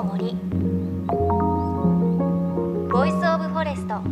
の森ボイスオブフォレスト。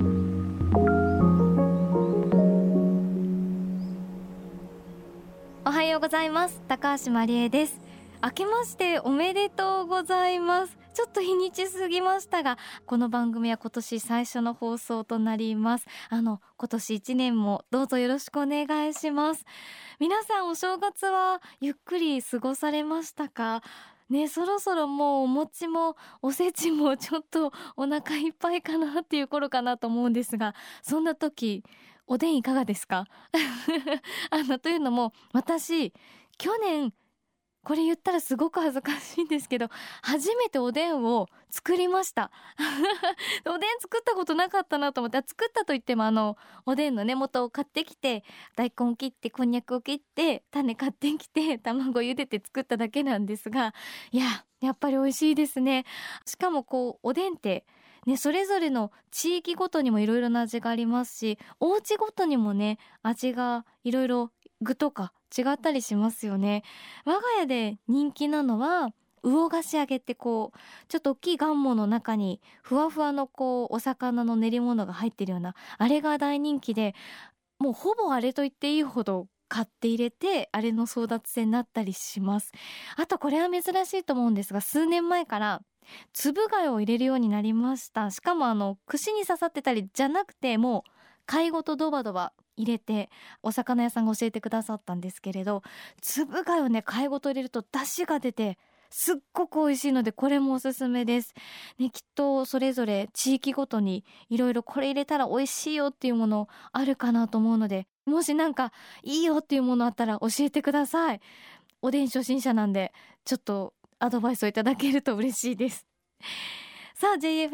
おはようございます。高橋まりえです。明けましておめでとうございます。ちょっと日にち過ぎましたが、この番組は今年最初の放送となります。今年1年もどうぞよろしくお願いします。皆さんお正月はゆっくり過ごされましたかね。そろそろもうお餅もおせちもちょっとお腹いっぱいかなっていう頃かなと思うんですが、そんな時おでんいかがですかというのも私去年、これ言ったらすごく恥ずかしいんですけど、初めておでんを作りましたおでん作ったことなかったなと思って、作ったといってもおでんの根元を買ってきて、大根を切ってこんにゃくを切って種買ってきて卵茹でて作っただけなんですが、やっぱり美味しいですね。しかもおでんってね、それぞれの地域ごとにもいろいろな味がありますし、お家ごとにもね味がいろいろ具とか違ったりしますよね。我が家で人気なのは魚菓子揚げって、ちょっと大きいガンモの中にふわふわのお魚の練り物が入ってるようなあれが大人気で、もうほぼあれと言っていいほど買って入れてあれの争奪戦になったりします。あとこれは珍しいと思うんですが、数年前から粒貝を入れるようになりました。しかも串に刺さってたりじゃなくて、もう貝ごとドバドバ入れて、お魚屋さんが教えてくださったんですけれど、粒貝をね貝ごと入れると出汁が出てすっごく美味しいので、これもおすすめですね。きっとそれぞれ地域ごとにいろいろこれ入れたら美味しいよっていうものあるかなと思うので、もしなんかいいよっていうものあったら教えてください。おでん初心者なんでちょっとアドバイスをいただけると嬉しいです。さあ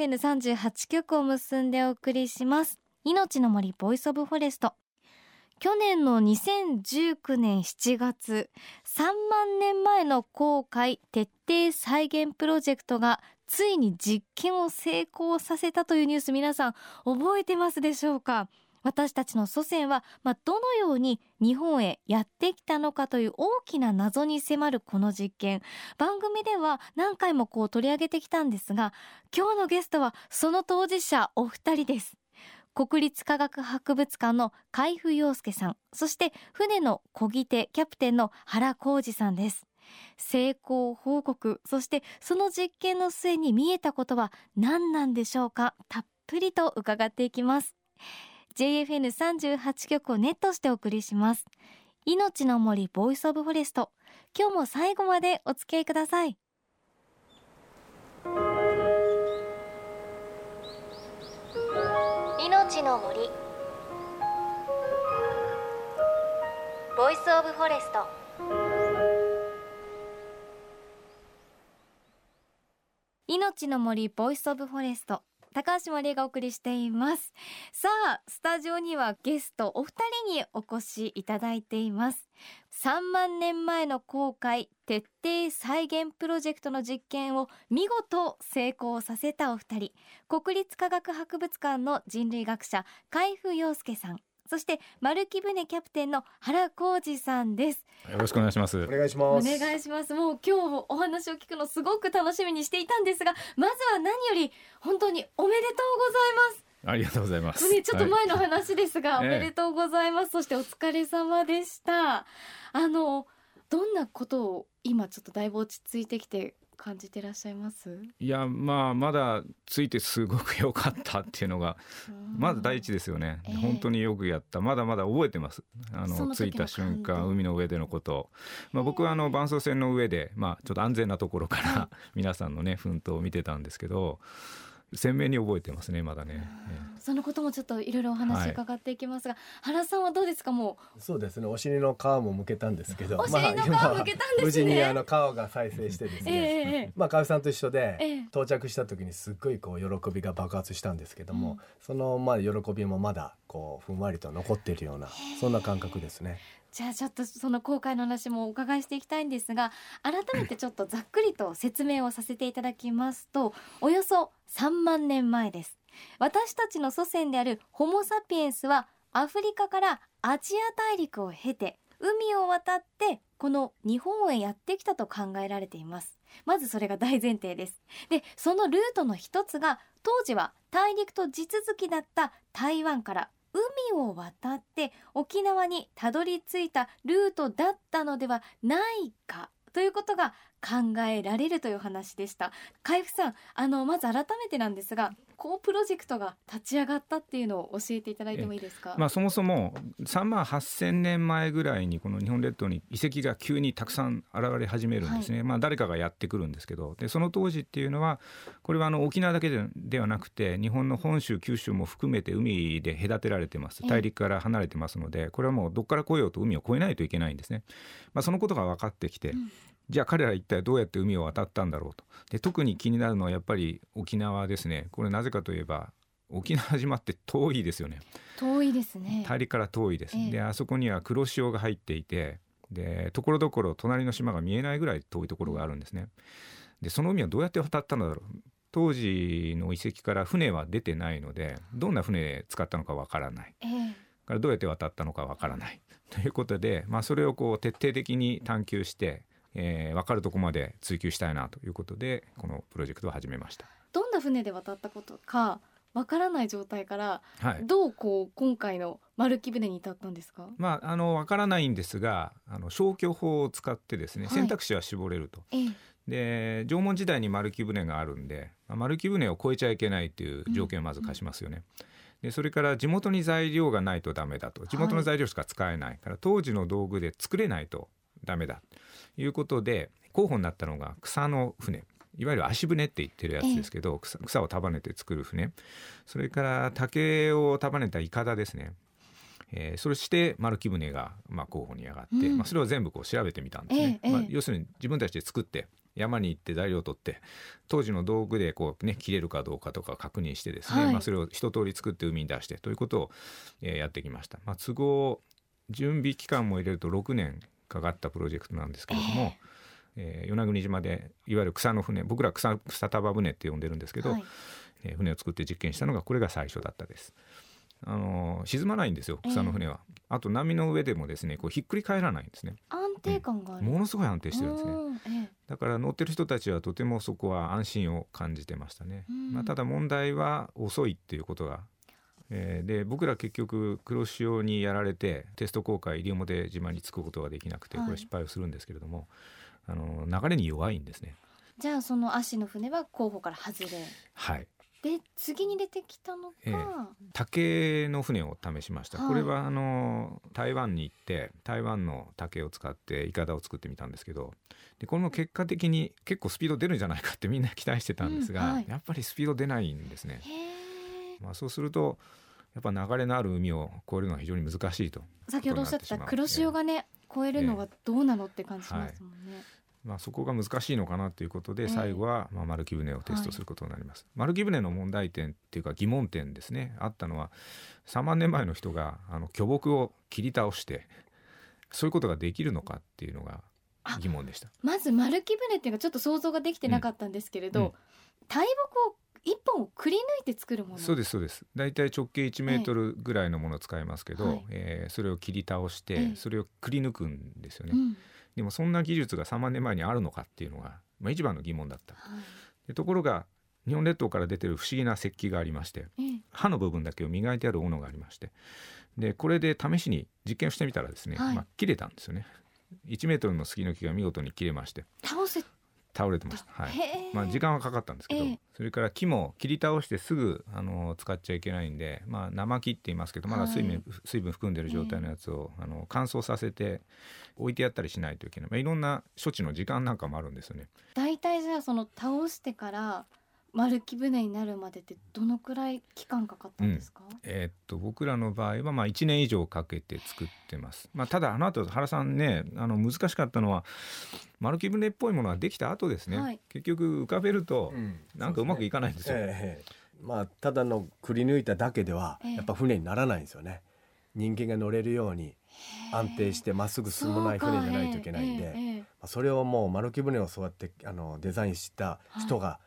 JFN38 局を結んでお送りします。命の森ボイスオブフォレスト。去年の2019年7月、3万年前の航海徹底再現プロジェクトがついに実験を成功させたというニュース、皆さん覚えてますでしょうか。私たちの祖先は、どのように日本へやってきたのかという大きな謎に迫るこの実験、番組では何回も取り上げてきたんですが、今日のゲストはその当事者お二人です。国立科学博物館の海部陽介さん、そして船の漕ぎ手キャプテンの原浩二さんです。成功報告、そしてその実験の末に見えたことは何なんでしょうか。たっぷりと伺っていきます。JFN38 局をネットしてお送りします。命の森ボイスオブフォレスト。今日も最後までお付き合いください。命の森ボイスオブフォレスト。命の森ボイスオブフォレスト、高橋まりえがお送りしています。さあスタジオにはゲストお二人にお越しいただいています。3万年前の航海徹底再現プロジェクトの実験を見事成功させたお二人、国立科学博物館の人類学者海部陽介さん、そして丸木舟キャプテンの原浩二さんです。 よろしくお願いします。 お願いします。 お願いします。もう今日お話を聞くのすごく楽しみにしていたんですが、まずは何より本当におめでとうございます。 ありがとうございます。 ちょっと前の話ですが、おめでとうございます。そしてお疲れ様でした。どんなことを今ちょっとだいぶ落ち着いてきて感じてらっしゃいます？ いや、まだついてすごく良かったっていうのがまず第一ですよね。本当によくやった。まだまだ覚えてます。着いた瞬間、海の上でのこと、僕は伴走船の上で、ちょっと安全なところから皆さんのね奮闘を見てたんですけど、鮮明に覚えてますね、まだね。 そのこともちょっといろいろお話伺っていきますが、原さんはどうですか？もうそうですね、お尻の皮も剥けたんですけど、 お尻の皮剥けたんですね。 無事に皮が再生してですね、川さんと一緒で、到着した時にすっごい喜びが爆発したんですけども、その喜びもまだふんわりと残っているような、そんな感覚ですね。 じゃあちょっとその航海の話もお伺いしていきたいんですが、改めてちょっとざっくりと説明をさせていただきますと、およそ3万年前です。私たちの祖先であるホモサピエンスはアフリカからアジア大陸を経て海を渡ってこの日本へやってきたと考えられています。まずそれが大前提です。で、そのルートの一つが当時は大陸と地続きだった台湾から海を渡って沖縄にたどり着いたルートだったのではないかということが考えられるという話でした。海部さん、まず改めてなんですが、こうプロジェクトが立ち上がったっていうのを教えていただいてもいいですか？ そもそも3万8000年前ぐらいにこの日本列島に遺跡が急にたくさん現れ始めるんですね、誰かがやってくるんですけど、でその当時っていうのはこれは沖縄だけではなくて日本の本州九州も含めて海で隔てられてます。大陸から離れてますので、これはもうどっから来ようと海を越えないといけないんですね。そのことが分かってきて、じゃあ彼ら一体どうやって海を渡ったんだろうと。で特に気になるのはやっぱり沖縄ですね。これなぜかといえば沖縄島って遠いですよね。 遠いですね。 大陸から遠いです、であそこには黒潮が入っていて、でところどころ隣の島が見えないぐらい遠いところがあるんですね。でその海はどうやって渡ったんだろう。当時の遺跡から船は出てないので、どんな船使ったのかわからない、からどうやって渡ったのかわからないということで、それを徹底的に探求して分かるところまで追求したいなということでこのプロジェクトを始めました。 どんな船で渡ったことか分からない状態から、どう今回の丸木舟に至ったんですか？ 分からないんですが、消去法を使ってですね、選択肢は絞れると、で縄文時代に丸木舟があるんで、丸木舟を越えちゃいけないという条件をまず課しますよね。でそれから地元に材料がないとダメだと。地元の材料しか使えないから、当時の道具で作れないとダメだということで候補になったのが草の船、いわゆる足舟って言ってるやつですけど、草を束ねて作る船、それから竹を束ねたいかだですね、それして丸木舟が候補に上がって、それを全部調べてみたんですね。要するに自分たちで作って山に行って材料を取って当時の道具で切れるかどうかとか確認してですね、それを一通り作って海に出してということを、やってきました。都合準備期間も入れると6年かかったプロジェクトなんですけれども、与那国島でいわゆる草の船、僕ら草束船って呼んでるんですけど、船を作って実験したのがこれが最初だったです。沈まないんですよ草の船は。あと波の上でもですねひっくり返らないんですね。 安定感がある、 ものすごい安定してるんですね。だから乗ってる人たちはとてもそこは安心を感じてましたね。ただ問題は遅いっていうことが、で僕ら結局黒潮にやられてテスト航海西表島に着くことができなくて、これ失敗をするんですけれども、流れに弱いんですね。 じゃあその足の船は候補から外れ、で次に出てきたのが、 竹の船を試しました。これは台湾に行って台湾の竹を使っていかだを作ってみたんですけど、でこれも結果的に結構スピード出るんじゃないかってみんな期待してたんですが、やっぱりスピード出ないんですね。そうするとやっぱ流れのある海を越えるのは非常に難しいと。 先ほどおっしゃってた黒潮がね、越えるのはどうなのって感じしますもんね。 そこが難しいのかなということで、最後は丸木舟をテストすることになります。丸木舟の問題点っていうか疑問点ですね、あったのは3万年前の人が巨木を切り倒してそういうことができるのかっていうのが疑問でした。 まず丸木舟っていうのがちょっと想像ができてなかったんですけれど、大木を一本をくり抜いて作るもの。 そうですそうです。だいたい直径1メートルぐらいのものを使いますけど、それを切り倒して、それをくり抜くんですよね。でもそんな技術が3万年前にあるのかっていうのが、一番の疑問だった、でところが日本列島から出てる不思議な石器がありまして、刃の部分だけを磨いてある斧がありまして、でこれで試しに実験をしてみたらですね、切れたんですよね。1メートルの杉の木が見事に切れまして、倒れてました。時間はかかったんですけど、それから木も切り倒してすぐ使っちゃいけないんで、生木って言いますけど、まだ水分含んでる状態のやつを乾燥させて置いてやったりしないといけない、いろんな処置の時間なんかもあるんですよね。 だいたいじゃあその倒してから丸木舟になるまでってどのくらい期間かかったんですか？ 僕らの場合は1年以上かけて作ってます。ただ後原さんね、難しかったのは丸木舟っぽいものができた後ですね、結局浮かべるとなんかうまくいかないんですよ。 ただのくり抜いただけではやっぱ船にならないんですよね。人間が乗れるように安定してまっすぐ進まない船じゃないといけないんで、それをもう丸木舟をそうやってデザインした人が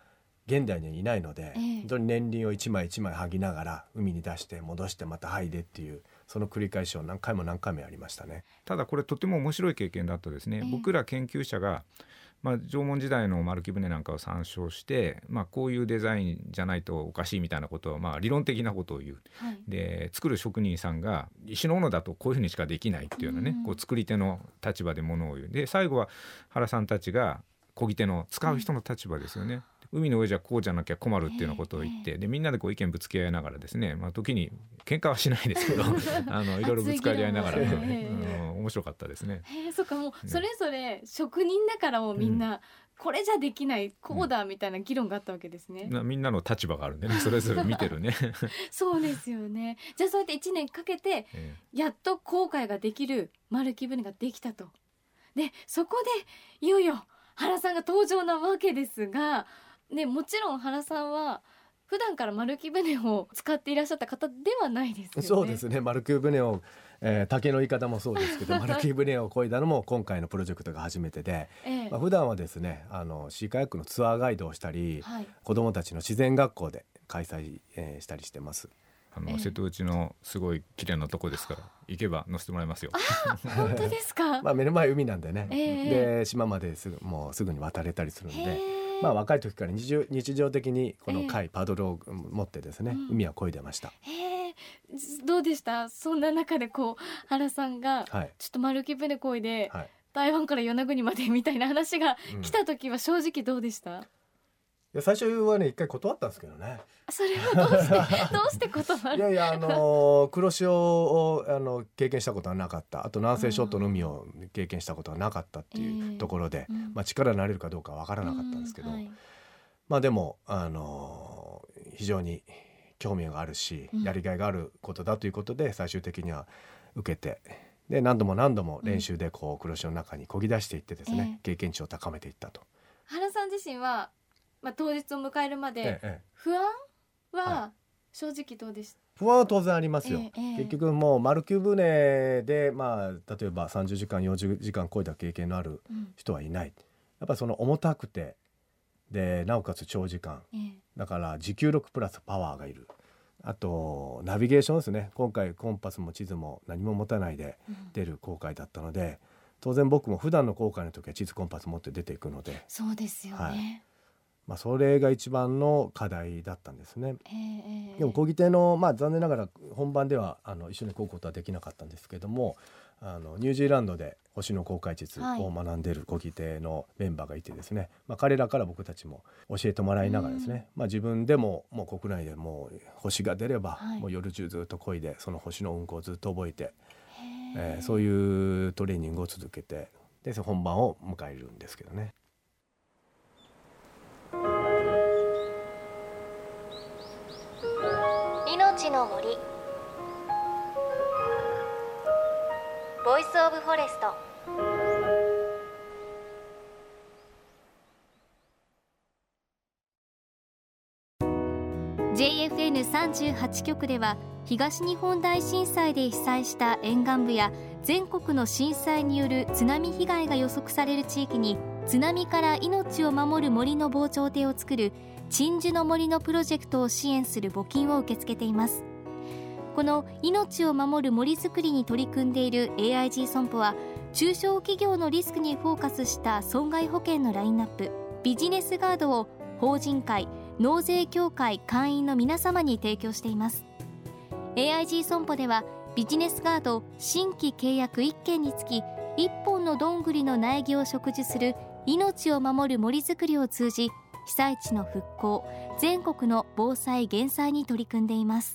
現代にはいないので、本当に年輪を一枚一枚剥ぎながら海に出して戻してまた剥いでっていう、その繰り返しを何回も何回もやりましたね。 ただこれとても面白い経験だったですね。僕ら研究者が縄文時代の丸木舟なんかを参照して、こういうデザインじゃないとおかしいみたいなことを、理論的なことを言う、で作る職人さんが石の斧だとこういうふうにしかできないっていうようなね、こう作り手の立場でものを言う。で最後は原さんたちが漕ぎ手の使う人の立場ですよね。海の上じゃこうじゃなきゃ困るっていうようなことを言って、でみんなでこう意見ぶつけ合いながらですね、時に喧嘩はしないですけどいろいろぶつかり合いながら、面白かったですね。 そうか、もうそれぞれ職人だからもうみんな、これじゃできないこうだみたいな議論があったわけですね。 みんなの立場があるんでね、それぞれ見てるねそうですよね。じゃあそうやって1年かけて、やっと航海ができる丸木舟ができたと。でそこでいよいよ原さんが登場なわけですが、もちろん原さんは普段から丸木舟を使っていらっしゃった方ではないですよね。 そうですね、丸木舟を、竹の言い方もそうですけど丸木舟を漕いだのも今回のプロジェクトが初めてで、普段はですねシーカヤックのツアーガイドをしたり、子どもたちの自然学校で開催、したりしてます。 瀬戸内のすごい綺麗なとこですから行けば乗せてもらいますよ。 本当ですか目の前海なんでね、で島まですぐに渡れたりするんで、若い時から日常的にこの貝、パドルを持ってですね、海は漕いでました。 どうでした？そんな中で原さんがちょっと丸木舟漕いで、台湾から与那国までみたいな話が来た時は正直どうでした？ 最初はね一回断ったんですけどね。 それはどうして断る？ いや黒潮を経験したことはなかった、あと南西諸島の海を経験したことはなかったっていうところで、力になれるかどうかわからなかったんですけど、でも非常に興味があるし、やりがいがあることだということで最終的には受けて、で何度も練習で黒潮の中に漕ぎ出していってですね、経験値を高めていったと。 原さん自身は当日を迎えるまで不安は正直どうでした？ 不安は当然ありますよ。結局もう丸木舟で、例えば30時間40時間漕いだ経験のある人はいない。やっぱりその重たくて、でなおかつ長時間、だから持久力プラスパワーがいる。あとナビゲーションですね。今回コンパスも地図も何も持たないで出る航海だったので、当然僕も普段の航海の時は地図コンパス持って出ていくので。 そうですよね。 それが一番の課題だったんですね。でも漕ぎ手の、残念ながら本番では一緒に漕ぐことはできなかったんですけども、ニュージーランドで星の航海術を学んでいる漕ぎ手のメンバーがいてですね、彼らから僕たちも教えてもらいながらですね、自分でももう国内でもう星が出れば、もう夜中ずっと漕いでその星の運行をずっと覚えて、そういうトレーニングを続けて、で本番を迎えるんですけどね。 命の森、ボイスオブフォレスト。 JFN38 局では東日本大震災で被災した沿岸部や全国の震災による津波被害が予測される地域に津波から命を守る森の防潮堤を作る鎮守の森のプロジェクトを支援する募金を受け付けています。この命を守る森づくりに取り組んでいる AIG 損保は中小企業のリスクにフォーカスした損害保険のラインナップビジネスガードを法人会、納税協会会員の皆様に提供しています。 AIG 損保ではビジネスガード新規契約1件につき1本のどんぐりの苗木を植樹する命を守る森づくりを通じ被災地の復興、全国の防災減災に取り組んでいます。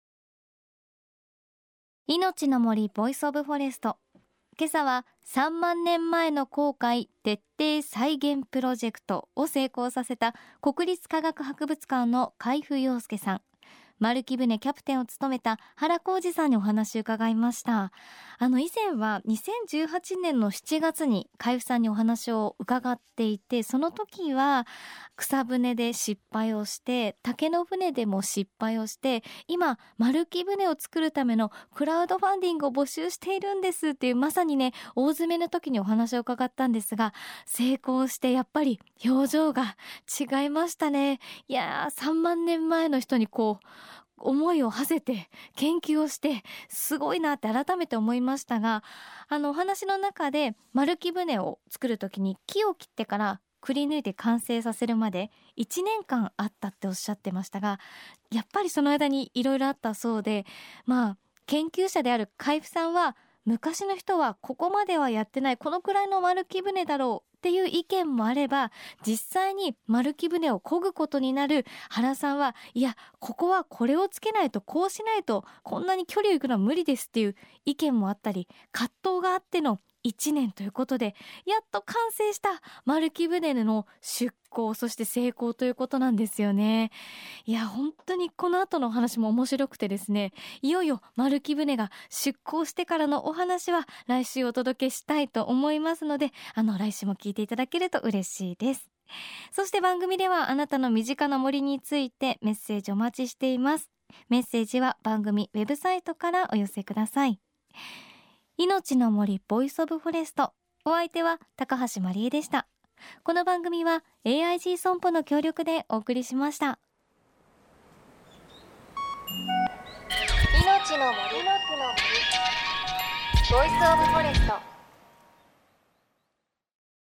命の森ボイスオブフォレスト、今朝は3万年前の航海徹底再現プロジェクトを成功させた国立科学博物館の海部陽介さん、 丸木舟キャプテンを務めた原浩二さんにお話を伺いました。以前は2018年の7月に海部さんにお話を伺っていて、その時は草舟で失敗をして、竹の舟でも失敗をして、今丸木舟を作るためのクラウドファンディングを募集しているんですっていう、まさにね大詰めの時にお話を伺ったんですが、成功してやっぱり表情が違いましたね。いやー、3万年前の人にこう思いを馳せて研究をしてすごいなって改めて思いましたが、お話の中で丸木舟を作る時に木を切ってからくり抜いて完成させるまで1年間あったっておっしゃってましたが、やっぱりその間にいろいろあったそうで、研究者である海部さんは、昔の人はここまではやってない、このくらいの丸木舟だろうっていう意見もあれば、実際に丸木舟を漕ぐことになる原さんは、いやここはこれをつけないと、こうしないとこんなに距離を行くのは無理ですっていう意見もあったり、葛藤があっての1年ということで、やっと完成した丸木舟の出港、そして成功ということなんですよね。いや本当にこの後のお話も面白くてですね、いよいよ丸木舟が出港してからのお話は来週お届けしたいと思いますので、来週も聞いていただけると嬉しいです。そして番組ではあなたの身近な森についてメッセージお待ちしています。メッセージは番組ウェブサイトからお寄せください。命の森ボイスオブフォレスト、お相手は高橋まりえでした。この番組は AIG 損保の協力でお送りしました。 命の森ボイスオブフォレスト。